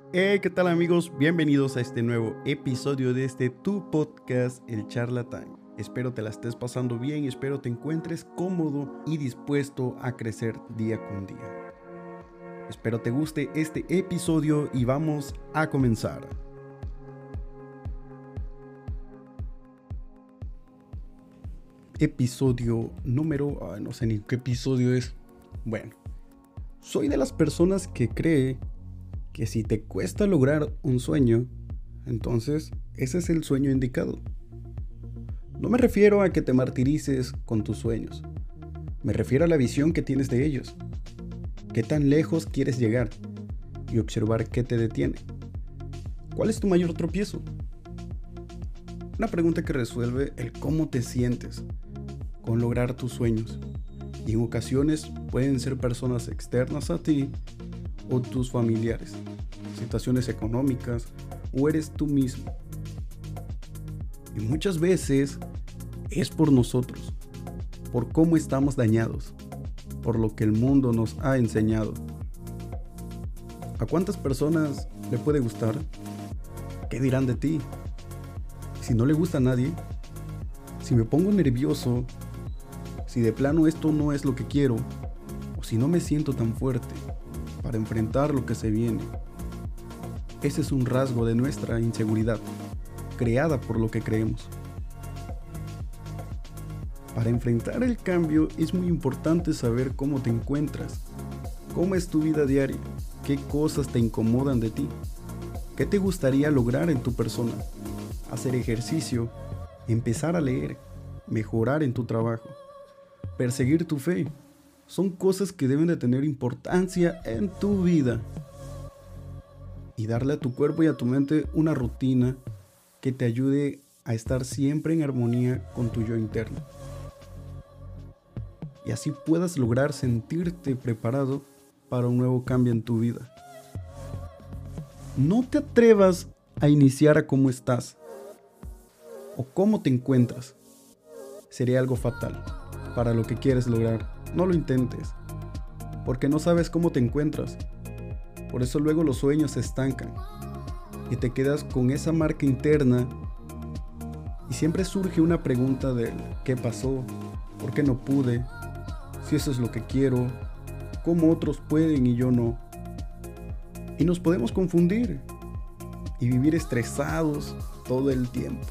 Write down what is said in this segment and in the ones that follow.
Hey, ¿qué tal amigos? Bienvenidos a este nuevo episodio de tu podcast, El Charlatán. Espero te la estés pasando bien, espero te encuentres cómodo y dispuesto a crecer día con día. Espero te guste este episodio y vamos a comenzar. Episodio número... no sé ni qué episodio es. Bueno, soy de las personas que cree que si te cuesta lograr un sueño, entonces ese es el sueño indicado. No me refiero a que te martirices con tus sueños. Me refiero a la visión que tienes de ellos. ¿Qué tan lejos quieres llegar? Y observar qué te detiene. ¿Cuál es tu mayor tropiezo? Una pregunta que resuelve el cómo te sientes con lograr tus sueños. Y en ocasiones pueden ser personas externas a ti o tus familiares, situaciones económicas, o eres tú mismo. Y muchas veces es por nosotros, por cómo estamos dañados, por lo que el mundo nos ha enseñado. ¿A cuántas personas le puede gustar? ¿Qué dirán de ti? Si no le gusta a nadie, si me pongo nervioso, si de plano esto no es lo que quiero, o si no me siento tan fuerte para enfrentar lo que se viene. Ese es un rasgo de nuestra inseguridad, creada por lo que creemos. Para enfrentar el cambio es muy importante saber cómo te encuentras, cómo es tu vida diaria, qué cosas te incomodan de ti, qué te gustaría lograr en tu persona, hacer ejercicio, empezar a leer, mejorar en tu trabajo, perseguir tu fe. Son cosas que deben de tener importancia en tu vida. Y darle a tu cuerpo y a tu mente una rutina que te ayude a estar siempre en armonía con tu yo interno. Y así puedas lograr sentirte preparado para un nuevo cambio en tu vida. No te atrevas a iniciar a cómo estás o cómo te encuentras. Sería algo fatal para lo que quieres lograr. No lo intentes, porque no sabes cómo te encuentras. Por eso luego los sueños se estancan y te quedas con esa marca interna y siempre surge una pregunta del ¿qué pasó? ¿Por qué no pude? Si eso es lo que quiero, ¿cómo otros pueden y yo no? Y nos podemos confundir y vivir estresados todo el tiempo.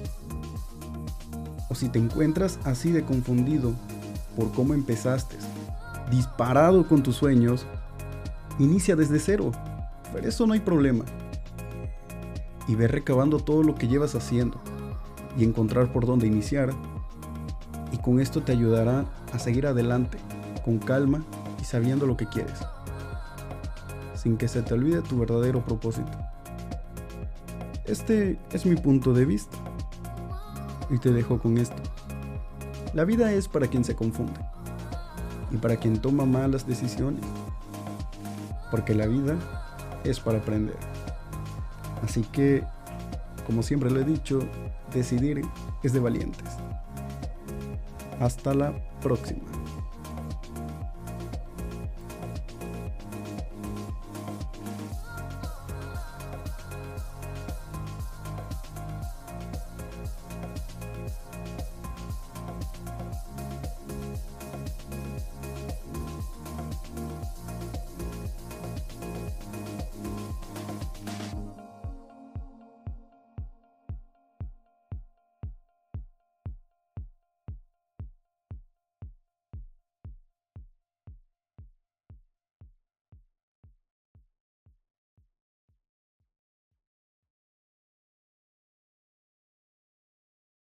O si te encuentras así de confundido por cómo empezaste, disparado con tus sueños, inicia desde cero. Por eso no hay problema. Y ve recabando todo lo que llevas haciendo y encontrar por dónde iniciar. Y con esto te ayudará a seguir adelante, con calma y sabiendo lo que quieres, sin que se te olvide tu verdadero propósito. Este es mi punto de vista. Y te dejo con esto. La vida es para quien se confunde y para quien toma malas decisiones, porque la vida es para aprender. Así que, como siempre lo he dicho, decidir es de valientes. Hasta la próxima.